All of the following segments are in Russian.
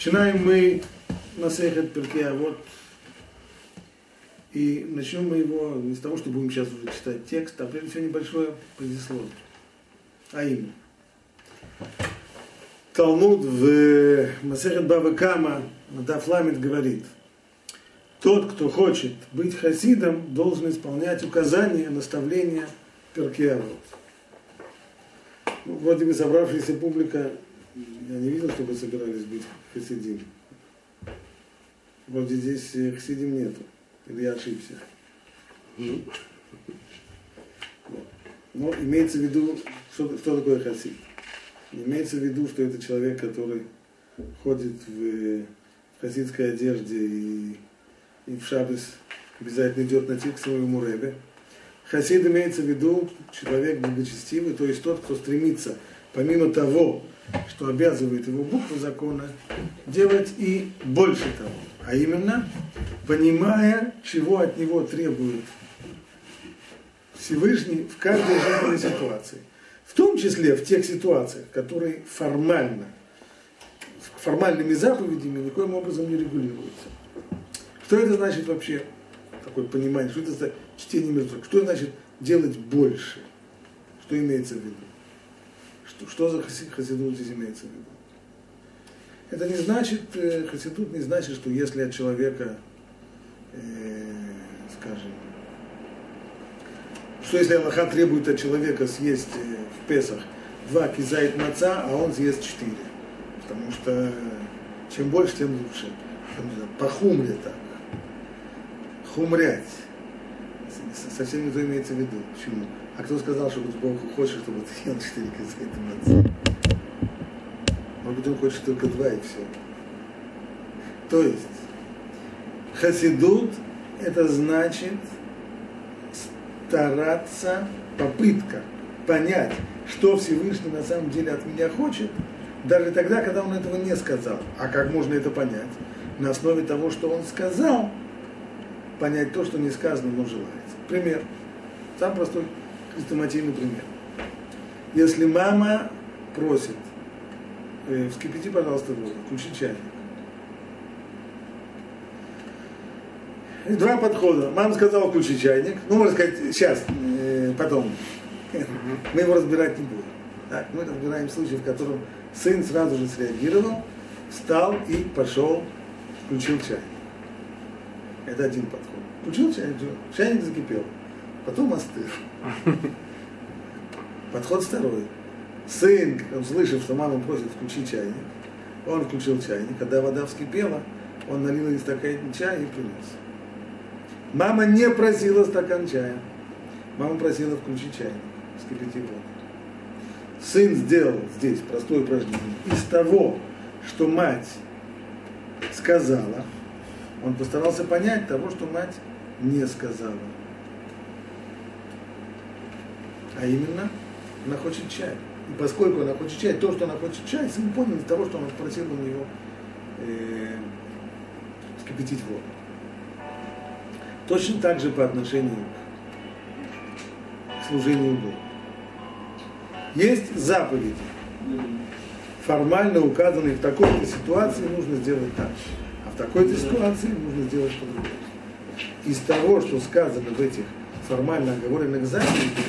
Начинаем мы Масехет Перкей Авот. И начнем мы его не с того, что будем сейчас уже читать текст, а прежде всего небольшое предисловие. А именно. Талмуд в Масехет Бава Кама Даф Ламед говорит: тот, кто хочет быть хасидом, должен исполнять указания, наставления Перкей Авот. Ну, вроде бы собравшаяся публика, я не видел, чтобы собирались быть хасидим. Вроде здесь хасидим нету. Или я ошибся? Вот. Но имеется в виду, что такое хасид. Имеется в виду, что это человек, который ходит в хасидской одежде и в шаббес обязательно идет на тир к своему ребе. Хасид имеется в виду человек благочестивый, то есть тот, кто стремится, помимо того, что обязывает его букву закона, делать и больше того. А именно, понимая, чего от него требует Всевышний в каждой жизненной ситуации. В том числе в тех ситуациях, которые формальными заповедями никоим образом не регулируются. Что это значит вообще, такое понимание, что это за чтение между, что значит делать больше? Что имеется в виду? Что за хасидут здесь имеется в виду? Это не значит, хасидут не значит, что если от человека, скажем, что если Аллаха требует от человека съесть в Песах 2 кизайт маца, а он съест 4. Потому что чем больше, тем лучше. По хумре так. Хумрять. Совсем не то имеется в виду. Почему? А кто сказал, что Бог хочет, чтобы ты ел 4 кизайта маца? Может быть, он хочет только 2 и все. То есть, хасидут – это значит стараться, попытка понять, что Всевышний на самом деле от меня хочет, даже тогда, когда он этого не сказал. А как можно это понять? На основе того, что он сказал, понять то, что не сказано, но желается. Пример. Самый простой хрестоматийный пример. Если мама просит: вскипяти, пожалуйста, воду, включи чайник. И 2 подхода. Мама сказала: включи чайник. Ну, можно сказать, сейчас, потом. Мы его разбирать не будем. Так, мы разбираем случай, в котором сын сразу же среагировал, встал и пошел, включил чайник. Это один подход. Включил чайник, чайник закипел, потом остыл. Подход второй. Сын, услышав, что мама просит включить чайник, он включил чайник. Когда вода вскипела, он налил из стакана чая и принес. Мама не просила стакан чая. Мама просила включить чайник, вскипятить воду. Сын сделал здесь простое упражнение. Из того, что мать сказала, он постарался понять того, что мать не сказала. А именно, она хочет чай. И поскольку она хочет чай, то, что она хочет чай, сын понял из того, что он просил у него вскипятить воду. Точно так же по отношению к служению Богу. Есть заповеди, формально указанные: в такой-то ситуации нужно сделать так, а в такой-то ситуации нужно сделать что-то другое. Из того, что сказано в этих формально оговоренных заповедях,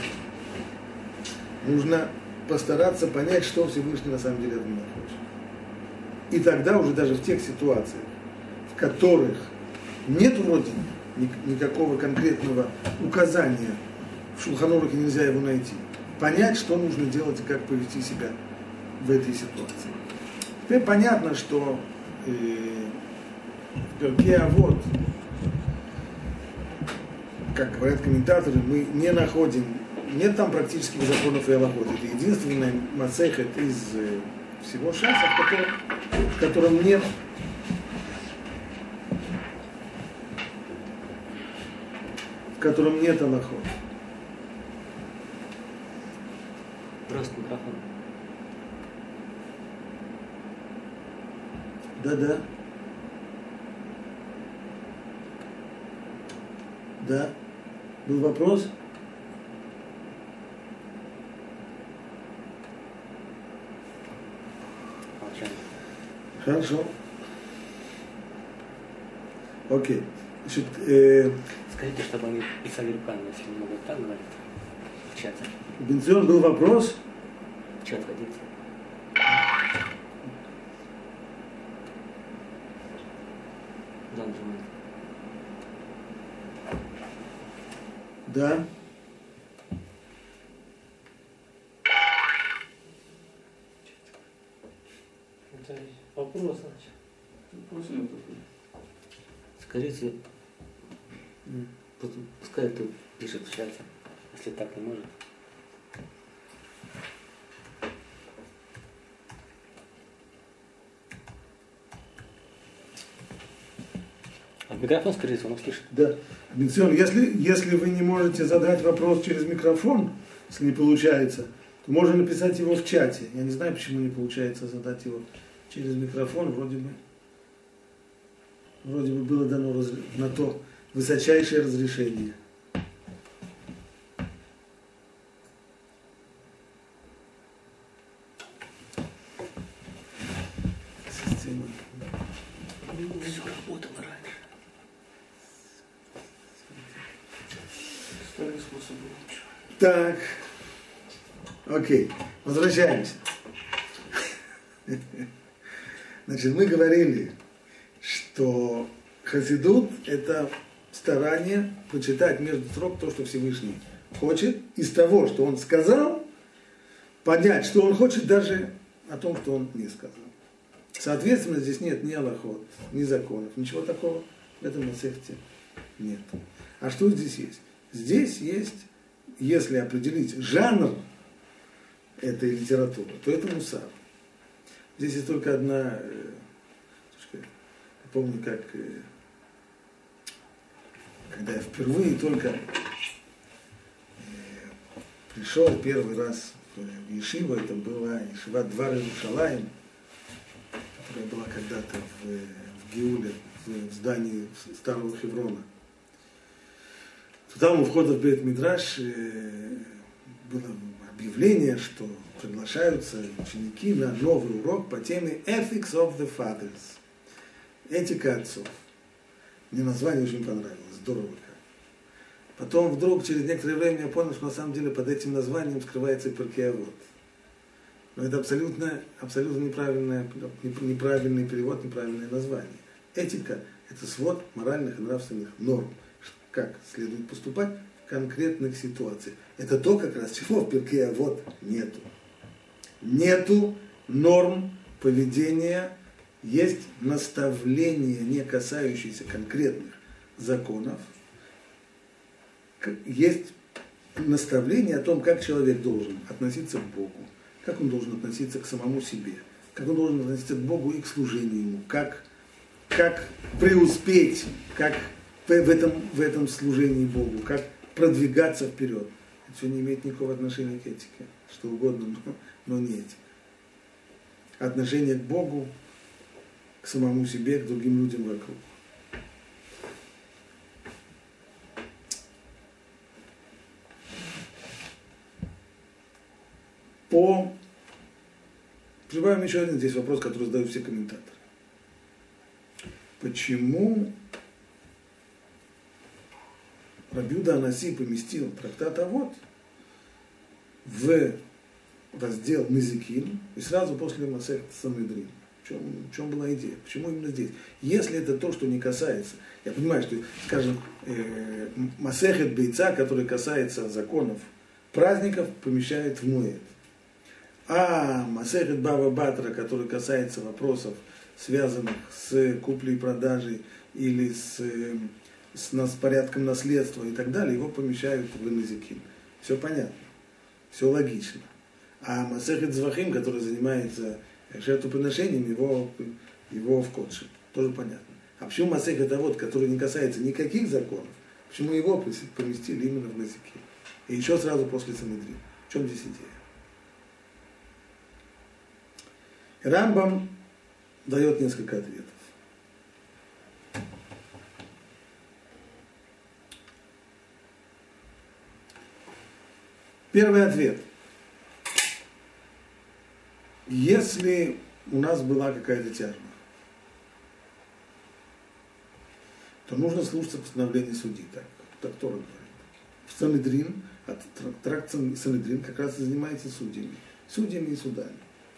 нужно постараться понять, что Всевышний на самом деле от меня хочет. И тогда уже даже в тех ситуациях, в которых нет вроде никакого конкретного указания, в Шулхан Арухе нельзя его найти, понять, что нужно делать и как повести себя в этой ситуации. Теперь понятно, что в Перкей Авот, как говорят комментаторы, мы не находим, нет там практических законов и алахот. Это единственная масехет из всего шафа, в котором нет алахот. Просто микрофон. Да. Да. Был вопрос? Хорошо. Окей. Значит, Скажите, чтобы они писали руками, если не могут так говорить. В чате. у Бенциона был вопрос. В чат входите. Да, нажимайте. Да. Это вопрос, значит. Вопрос нет такой. Скажите, пускай это пишет в чате, если так не может. А в микрофон, скажите, он услышит. Да. Бенцион, если вы не можете задать вопрос через микрофон, если не получается, то можно написать его в чате. Я не знаю, почему не получается задать его через микрофон. Вроде бы было дано на то высочайшее разрешение. Система. Все работало раньше. Старый способ лучше. Так. Окей. Возвращаемся. Значит, мы говорили, что хасидут – это старание прочитать между строк то, что Всевышний хочет, из того, что он сказал, понять, что он хочет даже о том, что он не сказал. Соответственно, здесь нет ни алахот, ни законов, ничего такого в этом масехте нет. А что здесь есть? Здесь есть, если определить жанр этой литературы, то это мусар. Здесь есть только одна, я помню, когда я впервые только пришел первый раз в Ешиву, это была Ешива Двар Иерушалаим, которая была когда-то в Геуле, в здании старого Хеврона. Туда у входа в Бейт-Мидраш было объявление, что приглашаются ученики на новый урок по теме Ethics of the Fathers. Этика отцов. Мне название очень понравилось, здорово как. Потом вдруг, через некоторое время, я понял, что на самом деле под этим названием скрывается Перкей Авот. Но это абсолютно неправильный перевод, неправильное название. Этика – это свод моральных и нравственных норм. Как следует поступать в конкретных ситуациях. Это то, как раз чего в Перкей Авот нету. Нету норм поведения, есть наставления, не касающиеся конкретных законов. Есть наставление о том, как человек должен относиться к Богу, как он должен относиться к самому себе, как он должен относиться к Богу и к служению Ему, как преуспеть, как в этом служении Богу, как продвигаться вперед. Это все не имеет никакого отношения к этике, что угодно, но не этика. Отношение к Богу, к самому себе, к другим людям вокруг. Прибавим еще один здесь вопрос, который задают все комментаторы. Почему Раби Юда ха-Наси поместил трактат Авот в раздел Незикин и сразу после Масехет Санедрин? В чем была идея? Почему именно здесь? Если это то, что не касается, я понимаю, что, скажем, Масехет Бейца, который касается законов праздников, помещает в Моэд. А Масехет Бава Батра, который касается вопросов, связанных с куплей-продажей или с порядком наследства и так далее, его помещают в Незикин. Все понятно, все логично. А Масехет Звахим, который занимается жертвоприношением, его в Кодше. Тоже понятно. А почему Масехет Авот, который не касается никаких законов, почему его поместили именно в Незикин? И еще сразу после Санедрин. В чем здесь идея? Рамбам дает несколько ответов. Первый ответ. Если у нас была какая-то тяжба, то нужно слушаться постановления судьи. Так Тора говорит. В Санедрин, тракт Санедрин как раз и занимается судьями и судами.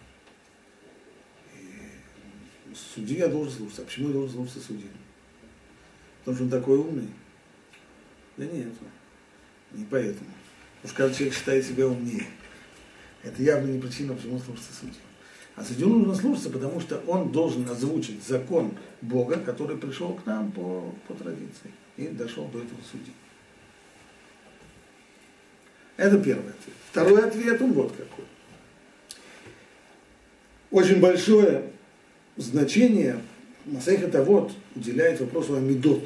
И судьи я должен слушаться. А почему я должен слушаться судьи? Потому что он такой умный? Да нет, не поэтому. Потому что каждый человек считает себя умнее. Это явно не причина, почему слушаться судью. А судью нужно слушаться, потому что он должен озвучить закон Бога, который пришел к нам по традиции и дошел до этого судьи. Это первый ответ. Второй ответ, он вот какой. Очень большое значение Масехет Авот уделяет вопросу о мидот.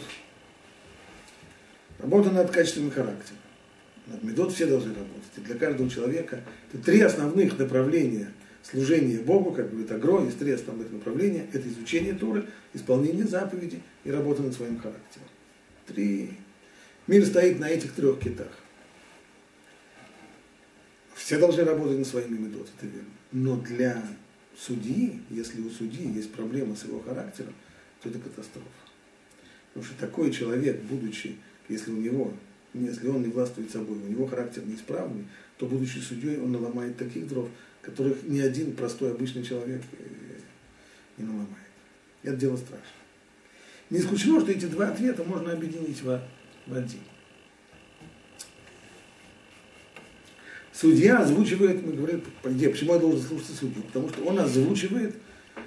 Работа над качествами характера. Над мидот все должны работать. И для каждого человека это три основных направления служения Богу, как говорит Агро, есть три основных направления. Это изучение Торы, исполнение заповедей и работа над своим характером. Мир стоит на этих трех китах. Все должны работать над своими мидот, это верно. Но для судьи, если у судьи есть проблема с его характером, то это катастрофа. Потому что такой человек, будучи, если он не властвует собой, у него характер неисправный, то, будучи судьей, он наломает таких дров, которых ни один простой обычный человек не наломает. Это дело страшно. Не исключено, что эти два ответа можно объединить в один. Судья озвучивает, мы говорим, по идее, почему я должен слушаться судью? Потому что он озвучивает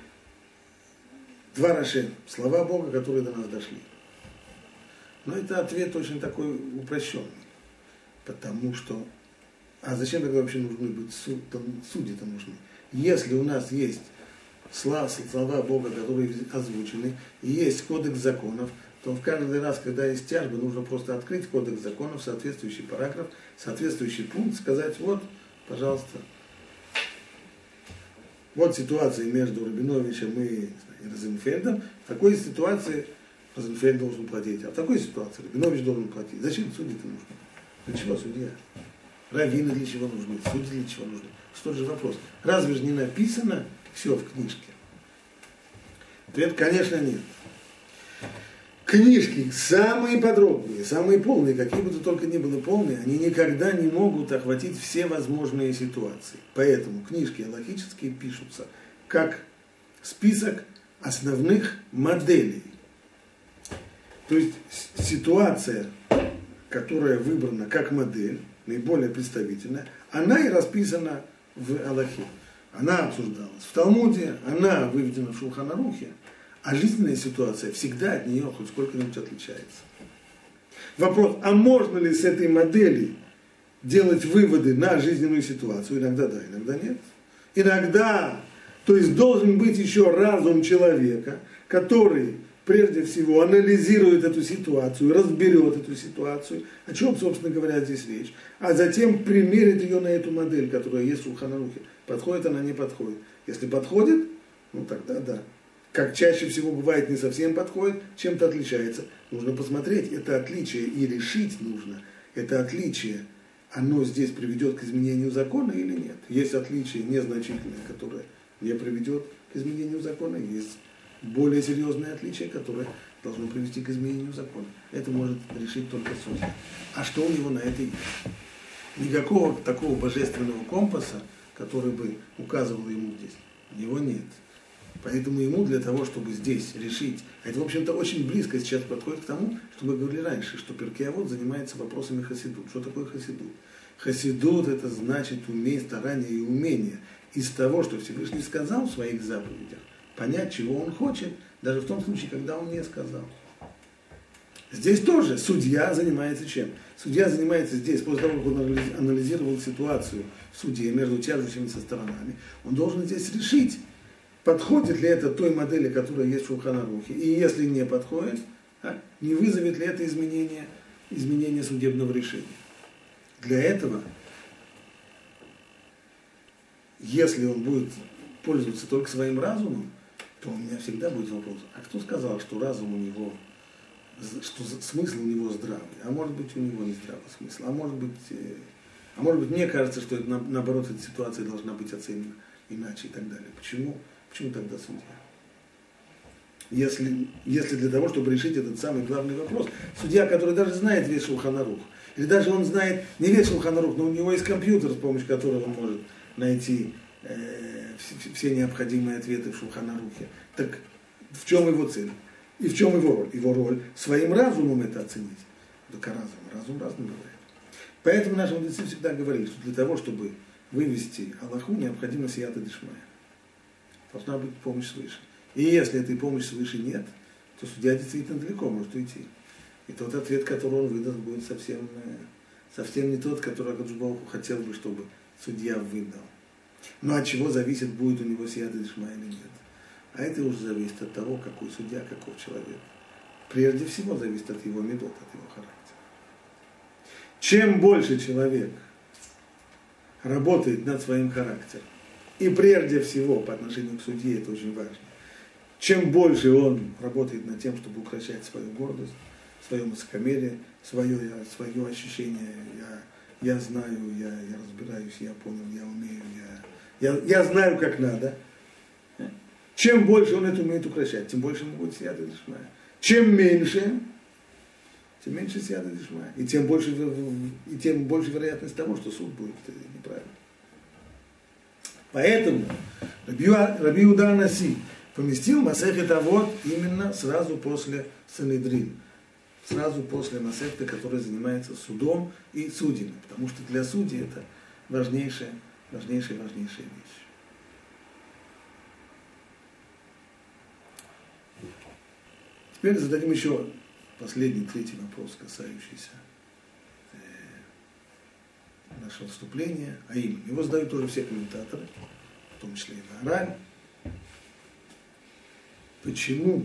два раши, слова Бога, которые до нас дошли. Но это ответ очень такой упрощенный. Потому что, а зачем тогда вообще нужны быть судьи-то нужны? Если у нас есть слова Бога, которые озвучены, и есть кодекс законов, то в каждый раз, когда есть тяжба, нужно просто открыть кодекс законов, соответствующий параграф, соответствующий пункт, сказать, вот, пожалуйста, вот ситуация между Рабиновичем и Розенфельдом, в такой ситуации Розенфельд должен платить, а в такой ситуации Рабинович должен платить. Зачем судьи-то нужны? Для чего судья? Раввины для чего нужны? Судьи для чего нужны? Что же вопрос? Разве же не написано все в книжке? Ответ, конечно, нет. Книжки самые подробные, самые полные, какие бы то только ни было полные, они никогда не могут охватить все возможные ситуации. Поэтому книжки алахические пишутся как список основных моделей. То есть ситуация, которая выбрана как модель, наиболее представительная, она и расписана в Алахе. Она обсуждалась в Талмуде, она выведена в Шулхан Арухе, а жизненная ситуация всегда от нее хоть сколько-нибудь отличается. Вопрос, а можно ли с этой модели делать выводы на жизненную ситуацию? Иногда да, иногда нет. Иногда, то есть должен быть еще разум человека, который прежде всего анализирует эту ситуацию, разберет эту ситуацию, о чем, собственно говоря, здесь речь, а затем примерит ее на эту модель, которая есть в Шулхан Арухе. Подходит она, не подходит. Если подходит, ну тогда да. Как чаще всего бывает, не совсем подходит, чем-то отличается. Нужно посмотреть это отличие и решить нужно, это отличие, оно здесь приведет к изменению закона или нет. Есть отличие незначительное, которое не приведет к изменению закона, есть более серьезное отличие, которое должно привести к изменению закона. Это может решить только судья. А что у него на это есть? Никакого такого божественного компаса, который бы указывал ему здесь, у него нет. Поэтому ему для того, чтобы здесь решить, а это, в общем-то, очень близко сейчас подходит к тому, что мы говорили раньше, что Перкей Авот занимается вопросами хасидут. Что такое хасидут? Хасидут – это значит старание и умение из того, что Всевышний сказал в своих заповедях, понять, чего он хочет, даже в том случае, когда он не сказал. Здесь тоже судья занимается чем? Судья занимается здесь, после того, как он анализировал ситуацию в суде между тяжущимися сторонами, он должен здесь решить, подходит ли это той модели, которая есть в Шулхан Арухе, и если не подходит, не вызовет ли это изменение судебного решения. Для этого, если он будет пользоваться только своим разумом, то у меня всегда будет вопрос, а кто сказал, что разум у него, что смысл у него здравый, а может быть у него не здравый смысл, а может быть мне кажется, что это, наоборот, эта ситуация должна быть оценена иначе и так далее. Почему тогда судья? Если для того, чтобы решить этот самый главный вопрос, судья, который даже знает весь Шулхан Арух, или даже он знает не весь Шулхан Арух, но у него есть компьютер, с помощью которого он может найти все необходимые ответы в Шулхан Арухе, так в чем его цель? И в чем его роль? Его роль своим разумом это оценить. Только разум разный бывает. Поэтому наши мудрецы всегда говорили, что для того, чтобы вывести Аллаху, необходимо сията дешмая. Должна быть помощь свыше. И если этой помощи свыше нет, то судья действительно далеко может уйти. И тот ответ, который он выдаст, будет совсем не тот, который Акадош Барух Ху хотел бы, чтобы судья выдал. Но от чего зависит, будет у него сията дешмая или нет. А это уже зависит от того, какой судья, какой человек. Прежде всего зависит от его медот, от его характера. Чем больше человек работает над своим характером, и прежде всего по отношению к судье, это очень важно, чем больше он работает над тем, чтобы укрощать свою гордость, свое высокомерие, свое ощущение, я знаю, я разбираюсь, я понял, я умею, я знаю, как надо. Чем больше он это умеет укрощать, тем больше ему будет сията дешмая. Чем меньше сията дешмая. И тем больше вероятность того, что суд будет неправильный. Поэтому Раби Иуда Анаси поместил Масехет Авот именно сразу после Санедрин. Сразу после Масехты, которая занимается судом и судьями. Потому что для судей это важнейшая вещь. Теперь зададим еще последний, третий вопрос, касающийся нашего вступления, а именно, его задают тоже все комментаторы, в том числе и Маораль. Почему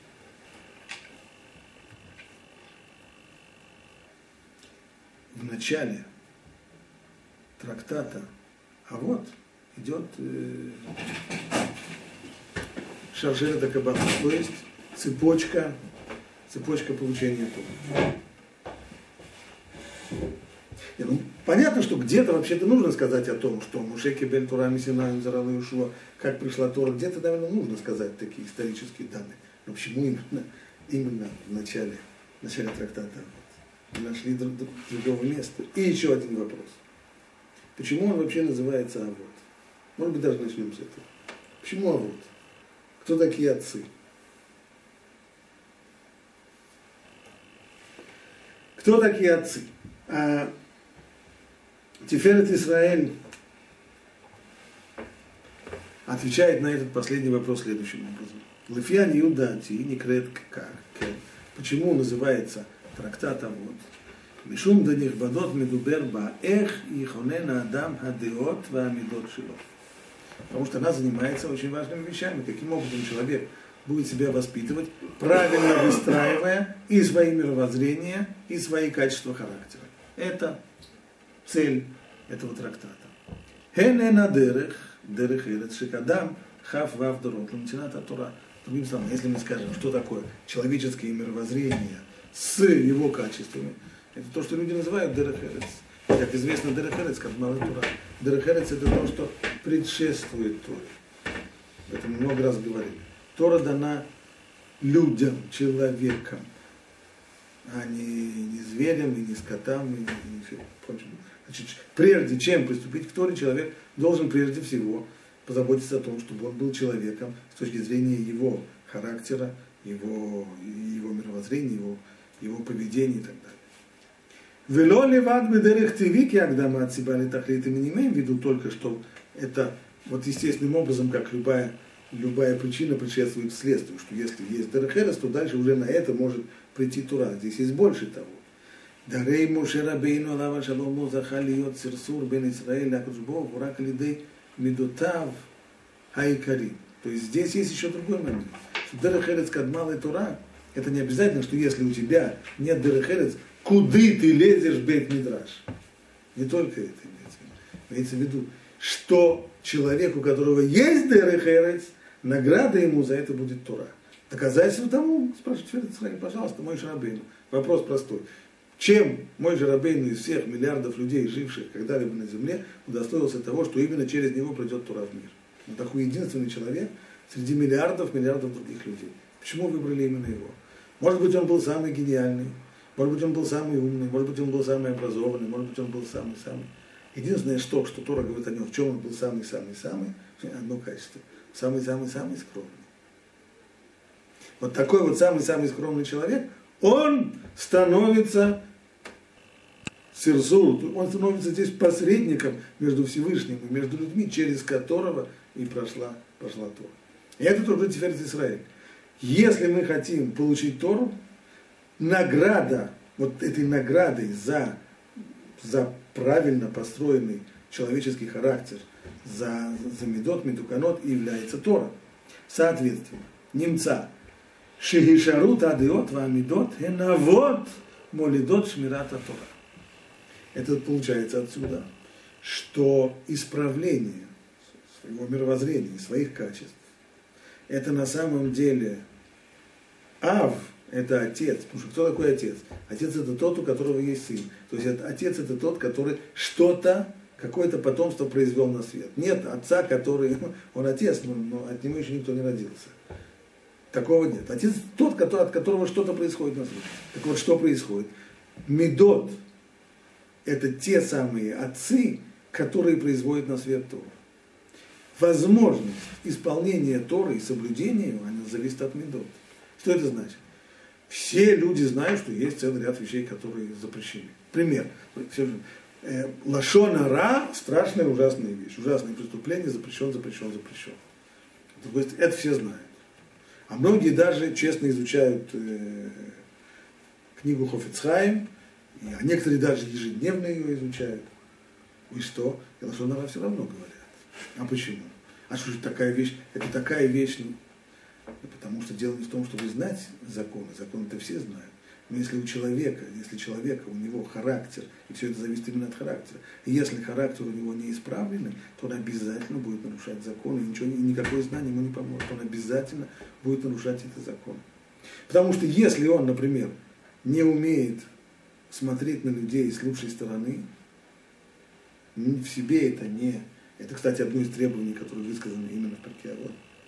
в начале трактата Авот идет шаршерет а-кабала, то есть цепочка получения Торы. Понятно, что где-то вообще-то нужно сказать о том, что Моше кибель Тора мисинай зарал Иешуа, как пришла Тора, где-то, наверное, нужно сказать такие исторические данные. Но почему именно в начале трактата мы нашли другого места? И еще один вопрос. Почему он вообще называется Авот? Может быть, даже начнем с этого. Почему Авот? Кто такие отцы? Кто такие отцы? Тиферет Исраэль отвечает на этот последний вопрос следующим образом. Лефьян Юдати Никрет Как. Почему называется трактат Авот? Мишум даних бадот медубер баэх и хонена адам хадеот ваамидот шило. Потому что она занимается очень важными вещами. Каким образом человек будет себя воспитывать, правильно выстраивая и свои мировоззрения, и свои качества характера. Это цель этого трактата. Хенена дерех эрец шикадам хав вав дорот ламтината Тора. Другим словом, если мы скажем, что такое человеческое мировоззрение с его качествами, это то, что люди называют дерех эрец. Как известно, дерех эрец, как малый Тора. Дерех эрец это то, что предшествует Торе. Об этом много раз говорили. Тора дана людям, человекам, а не зверям, и не скотам, и не прочим. Значит, прежде чем приступить к Торе, человек должен прежде всего позаботиться о том, чтобы он был человеком с точки зрения его характера, его мировоззрения, его поведения и так далее. Вело левад бедерех тивик ягдама от себя летахлит, и мы не имеем в виду только, что это вот естественным образом, как любая причина предшествует следствию, что если есть дерех эрец, то дальше уже на это может прийти Тора. Здесь есть больше того. Дарей Моше Рабейну алава шалому захалиот сирсур бен Исраэль акадош барух ху рак алидей мидотав хаикарим. То есть здесь есть еще другой момент. Дерех эрец кадмалый Тора, это не обязательно, что если у тебя нет дерех эрец, куда ты лезешь в бейт мидраш. Не только это имеется в виду, что человек, у которого есть дерех эрец, награда ему за это будет Тора. Доказательство тому, спрашивает Исраэль, пожалуйста, Моше Рабейну. Вопрос простой. Чем Моше Рабейну из всех миллиардов людей, живших когда-либо на земле, удостоился того, что именно через него придет Тора в мир? Он такой единственный человек среди миллиардов других людей. Почему выбрали именно его? Может быть, он был самый гениальный, может быть, он был самый умный, может быть, он был самый образованный, может быть, он был самый-самый. Единственное, что Тора говорит о нем, в чем он был самый-самый-самый, одно качество. Самый-самый-самый скромный. Вот такой вот самый-самый скромный человек, он становится сирзур, он становится здесь посредником между Всевышним и между людьми, через которого и прошла Тора. И это тоже Тиферет Исраэль. Если мы хотим получить Тору, награда, вот этой наградой за правильно построенный человеческий характер, за медот, медуканот является Тора. Соответственно, немца шехишарут адиот вамидот хенавот молидот шмирата Тора. Это получается отсюда, что исправление своего мировоззрения, своих качеств, это на самом деле Ав, это отец. Потому что кто такой отец? Отец это тот, у которого есть сын. То есть отец это тот, который что-то, какое-то потомство произвел на свет. Нет отца, который, он отец, но от него еще никто не родился. Такого нет. Отец тот, от которого что-то происходит на свете. Так вот, что происходит? Медот – это те самые отцы, которые производят на свет Тору. Возможность исполнения Торы и соблюдения его, она зависит от медот. Что это значит? Все люди знают, что есть целый ряд вещей, которые запрещены. Пример. Лашон ара – страшная, ужасная вещь. Ужасное преступление, запрещен. Это все знают. А многие даже честно изучают книгу Хафец Хаим, а некоторые даже ежедневно ее изучают. И что? И лашон ара все равно говорят. А почему? А что же такая вещь? Это такая вещь. Потому что дело не в том, чтобы знать законы. Законы-то все знают. Но если у человека, у него характер, и все это зависит именно от характера, и если характер у него не исправленный, то он обязательно будет нарушать законы, и никакое знание ему не поможет. Он обязательно будет нарушать эти законы. Потому что если он, например, не умеет смотреть на людей с лучшей стороны, в себе это не... Это, кстати, одно из требований, которое высказано именно в Перкей Авот.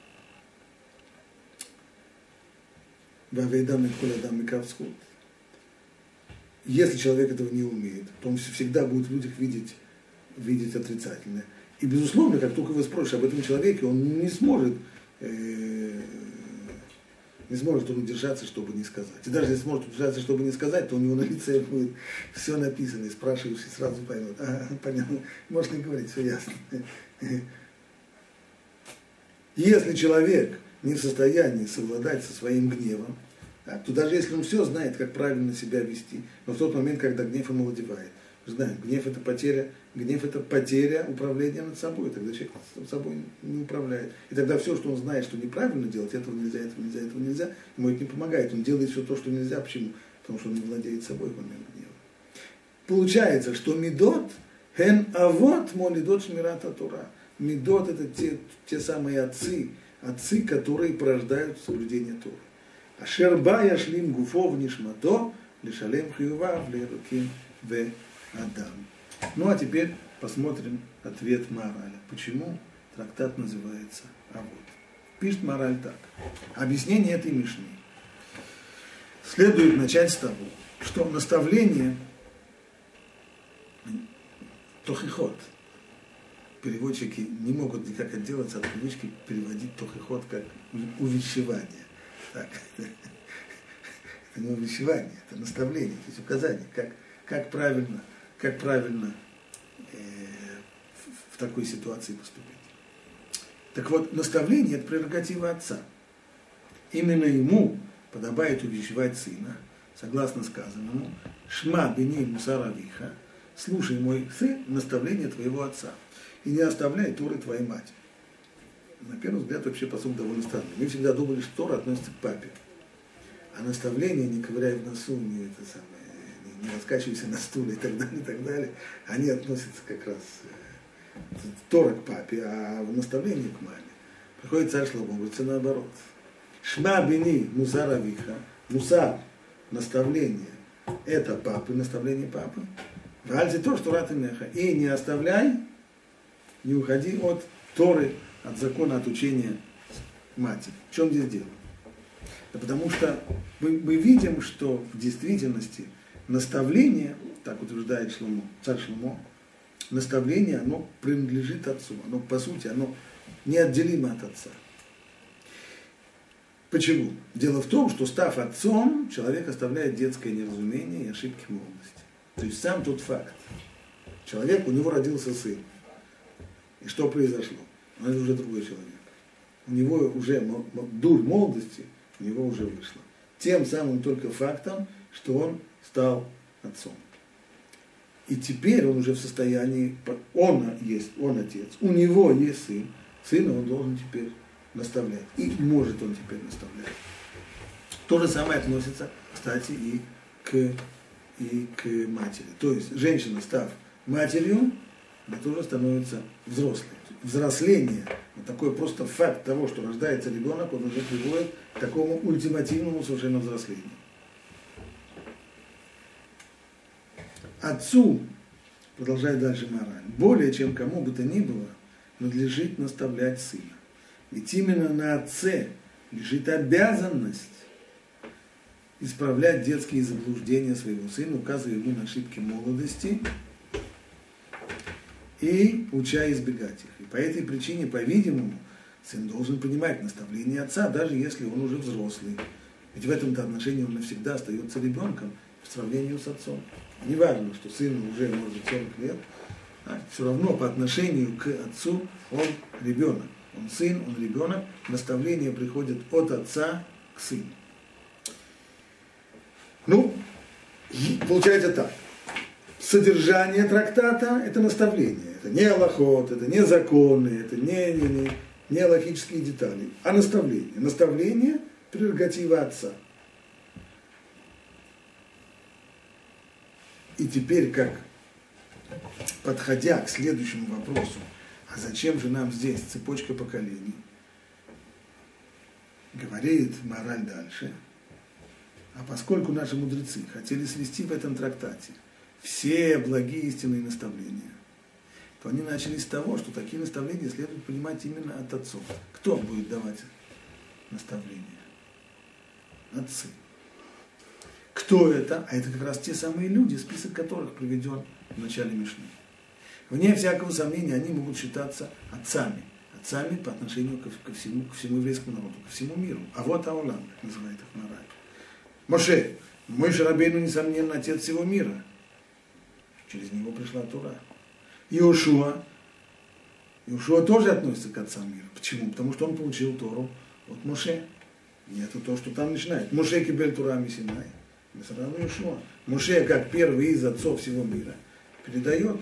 Если человек этого не умеет, то он всегда будет в людях видеть отрицательное. И, безусловно, как только вы спросите об этом человеке, он не сможет он удержаться, чтобы не сказать. И даже если сможет удержаться, чтобы не сказать, то у него на лице будет все написано, и спрашивающий сразу поймет. Понятно, можешь не говорить, все ясно. Если человек не в состоянии совладать со своим гневом, так, то даже если он все знает, как правильно себя вести, но в тот момент, когда гнев ему овладевает, знаем, гнев это потеря управления над собой, тогда человек собой не управляет. И тогда все, что он знает, что неправильно делать, этого нельзя, ему это не помогает. Он делает все то, что нельзя. Почему? Потому что он не владеет собой в момент гнева. Получается, что медот, хен авот молидот шмирата Тора. Медот это те самые отцы, которые порождают соблюдение Торы. Ашерба яшлим гуфов нишмато, лишалем хиював, леруким в Адам. Ну а теперь посмотрим ответ Маораля. Почему трактат называется Авот? Пишет Маораль так. Объяснение этой Мишны. Следует начать с того, что наставление тохихот. Переводчики не могут никак отделаться от привычки переводить тохихот как увещевание. Так. Это не увещевание, это наставление, то есть указание, как правильно в такой ситуации поступить. Так вот, наставление – это прерогатива отца. Именно ему подобает увещевать сына, согласно сказанному, «Шма бени мусар авиха», «Слушай, мой сын, наставление твоего отца, и не оставляй Торы твоей матери». На первый взгляд, вообще посуд довольно странный. Мы всегда думали, что Тора относится к папе. А наставление, не ковыряй в носу, не раскачивайся на стуле и так далее, они относятся как раз Тора к папе, а наставление к маме. Приходит царь Шломо, говорится наоборот. Шма бени мусар авиха, мусар, наставление, это папы, наставление папы. Вальзи то, что рат имеха. И не оставляй, не уходи от Торы, от закона, от учения матери. В чем здесь дело? Да потому что мы видим, что в действительности наставление, так утверждает Шломо, царь Шломо, наставление, оно принадлежит отцу. Оно, по сути, оно неотделимо от отца. Почему? Дело в том, что, став отцом, человек оставляет детское неразумение и ошибки молодости. То есть сам тот факт. Человек, у него родился сын. И что произошло? Он уже другой человек. У него уже дурь молодости, у него уже вышла. Тем самым только фактом, что он стал отцом. И теперь он уже в состоянии, он отец, у него есть сын, сына он должен теперь наставлять. И может он теперь наставлять. То же самое относится, кстати, и к матери. То есть женщина, став матерью, она тоже становится взрослой. Взросление, вот такой просто факт того, что рождается ребенок, он уже приводит к такому ультимативному совершенно взрослению. Отцу, продолжает дальше мораль, более чем кому бы то ни было, надлежит наставлять сына. Ведь именно на отце лежит обязанность исправлять детские заблуждения своего сына, указывая ему на ошибки молодости и уча избегать их. И по этой причине, по-видимому, сын должен понимать наставления отца, даже если он уже взрослый. Ведь в этом-то отношении он навсегда остается ребенком в сравнении с отцом. Не важно, что сыну уже, может быть, 40 лет, все равно по отношению к отцу он ребенок. Он сын, он ребенок. Наставление приходит от отца к сыну. Ну, получается так. Содержание трактата – это наставление. Это не алахот, это не законы, это не логические детали, а наставление. Наставление – прерогатива отца. И теперь, как подходя к следующему вопросу, а зачем же нам здесь цепочка поколений, говорит мораль дальше, а поскольку наши мудрецы хотели свести в этом трактате все благие истинные наставления, то они начали с того, что такие наставления следует принимать именно от отцов. Кто будет давать наставления? Отцы. Кто это? А это как раз те самые люди, список которых приведен в начале Мишны. Вне всякого сомнения, они могут считаться отцами. Отцами по отношению ко всему еврейскому народу, ко всему миру. А вот Аулам, как называет их мораль. Моше. Моше Рабейну, несомненно, отец всего мира. Через него пришла Тора. Иошуа. Иошуа тоже относится к отцам мира. Почему? Потому что он получил Тору от Моше. И это то, что там начинает. Моше кибель Тора Мисинай. Сразу Иошуа. Моше, как первый из отцов всего мира, передает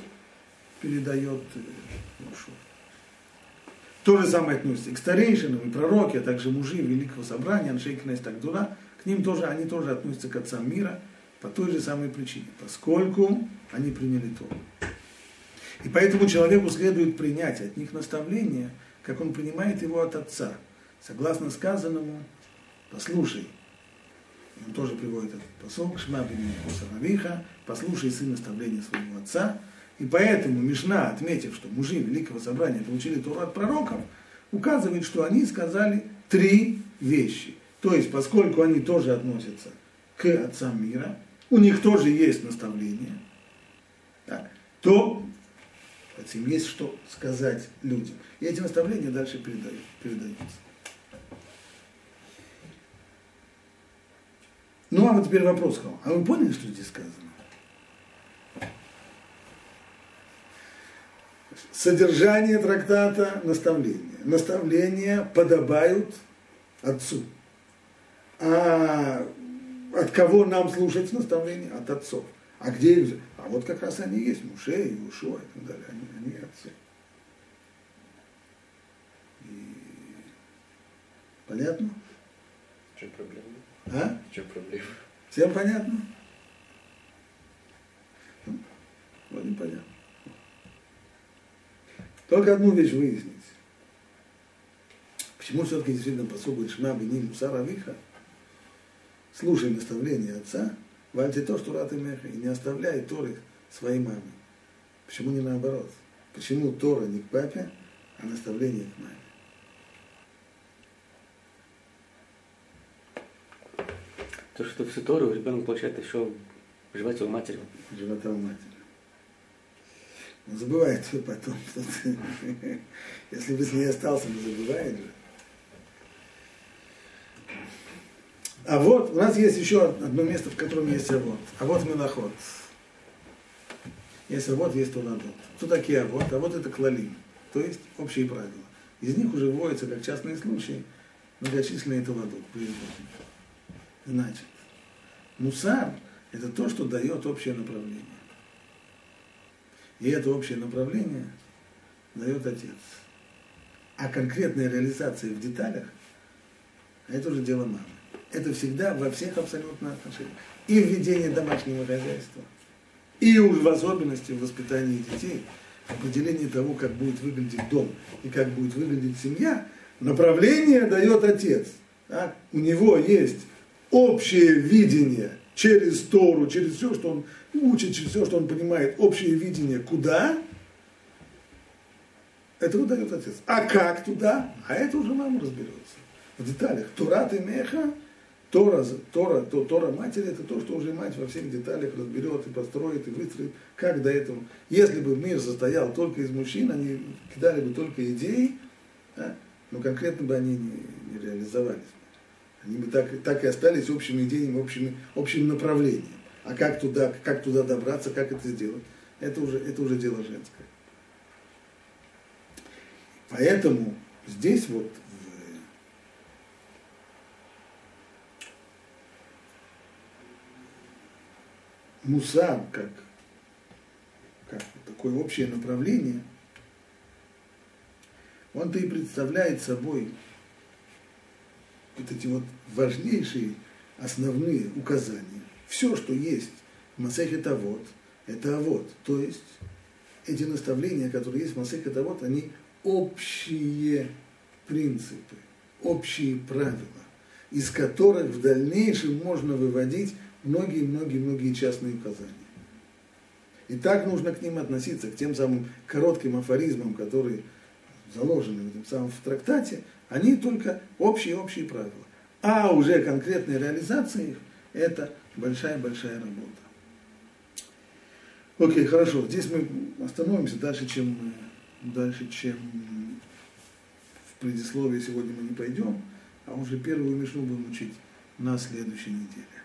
Иошуа. То же самое относится и к старейшинам, и пророке, а также мужи Великого Собрания, Аншей Кнессет Агдула. К ним тоже, они тоже относятся к отцам мира по той же самой причине, поскольку они приняли Тору. И поэтому человеку следует принять от них наставление, как он принимает его от отца. Согласно сказанному, послушай, он тоже приводит этот посок, Шма бенин Авиха, послушай сын наставления своего отца. И поэтому Мишна, отметив, что мужи Великого Собрания получили Тору от пророков, указывает, что они сказали 3 вещи. То есть, поскольку они тоже относятся к отцам мира, у них тоже есть наставление, так, то им есть что сказать людям. И эти наставления дальше передаются. Ну, а вот теперь вопрос. А вы поняли, что здесь сказано? Содержание трактата – наставления. Наставления подобают отцу. А от кого нам слушать наставления? От отцов. А где их? А вот как раз они есть. Моше, Иошуа и так далее. Они отцы. И... Понятно? В чем проблема? А? В чем проблема? Всем понятно? Вот непонятно. Только одну вещь выяснить. Почему все-таки действительно посуд будет Шма бенин Мусар Авиха? Слушай наставления отца, вальте то, что рад и меха, и не оставляй Торы своей маме. Почему не наоборот? Почему Тора не к папе, а наставление к маме? То, что всю Тору ребенок получает еще в животе у матери. Живота у матери. Он забывает все потом. Если бы с ней остался, не забывает же. А вот у нас есть еще одно место, в котором есть авот. Авот мелахот. Есть авот, есть туладот. Кто такие авот? Авот это клалим, то есть общие правила. Из них уже вводятся, как частные случаи, многочисленные туладот. Значит, мусар это то, что дает общее направление. И это общее направление дает отец. А конкретная реализация в деталях, это уже дело мамы. Это всегда во всех абсолютно отношениях. И в ведении домашнего хозяйства, и уж в особенности в воспитании детей, в определении того, как будет выглядеть дом и как будет выглядеть семья, направление дает отец. Так? У него есть общее видение через Тору, через все, что он учит, через все, что он понимает, общее видение куда, это дает отец. А как туда? А это уже мама разберется. В деталях. Тора ты меха, Тора матери, это то, что уже мать во всех деталях разберет и построит, и выстроит, как до этого. Если бы мир состоял только из мужчин, они кидали бы только идеи, да, но конкретно бы они не реализовались. Они бы так и остались общими идеями, общим направлением. А как туда добраться, как это сделать, это уже дело женское. Поэтому здесь вот мусар, как такое общее направление, он-то и представляет собой вот эти вот важнейшие, основные указания. Все, что есть в Масехет Авот, это Авот. То есть эти наставления, которые есть в Масехет Авот, они общие принципы, общие правила, из которых в дальнейшем можно выводить многие частные указания. И так нужно к ним относиться, к тем самым коротким афоризмам, которые заложены в этом самом трактате, они только общие правила. А уже конкретная реализация их – это большая работа. Окей, хорошо. Здесь мы остановимся дальше, чем в предисловии сегодня мы не пойдем, а уже первую мишну будем учить на следующей неделе.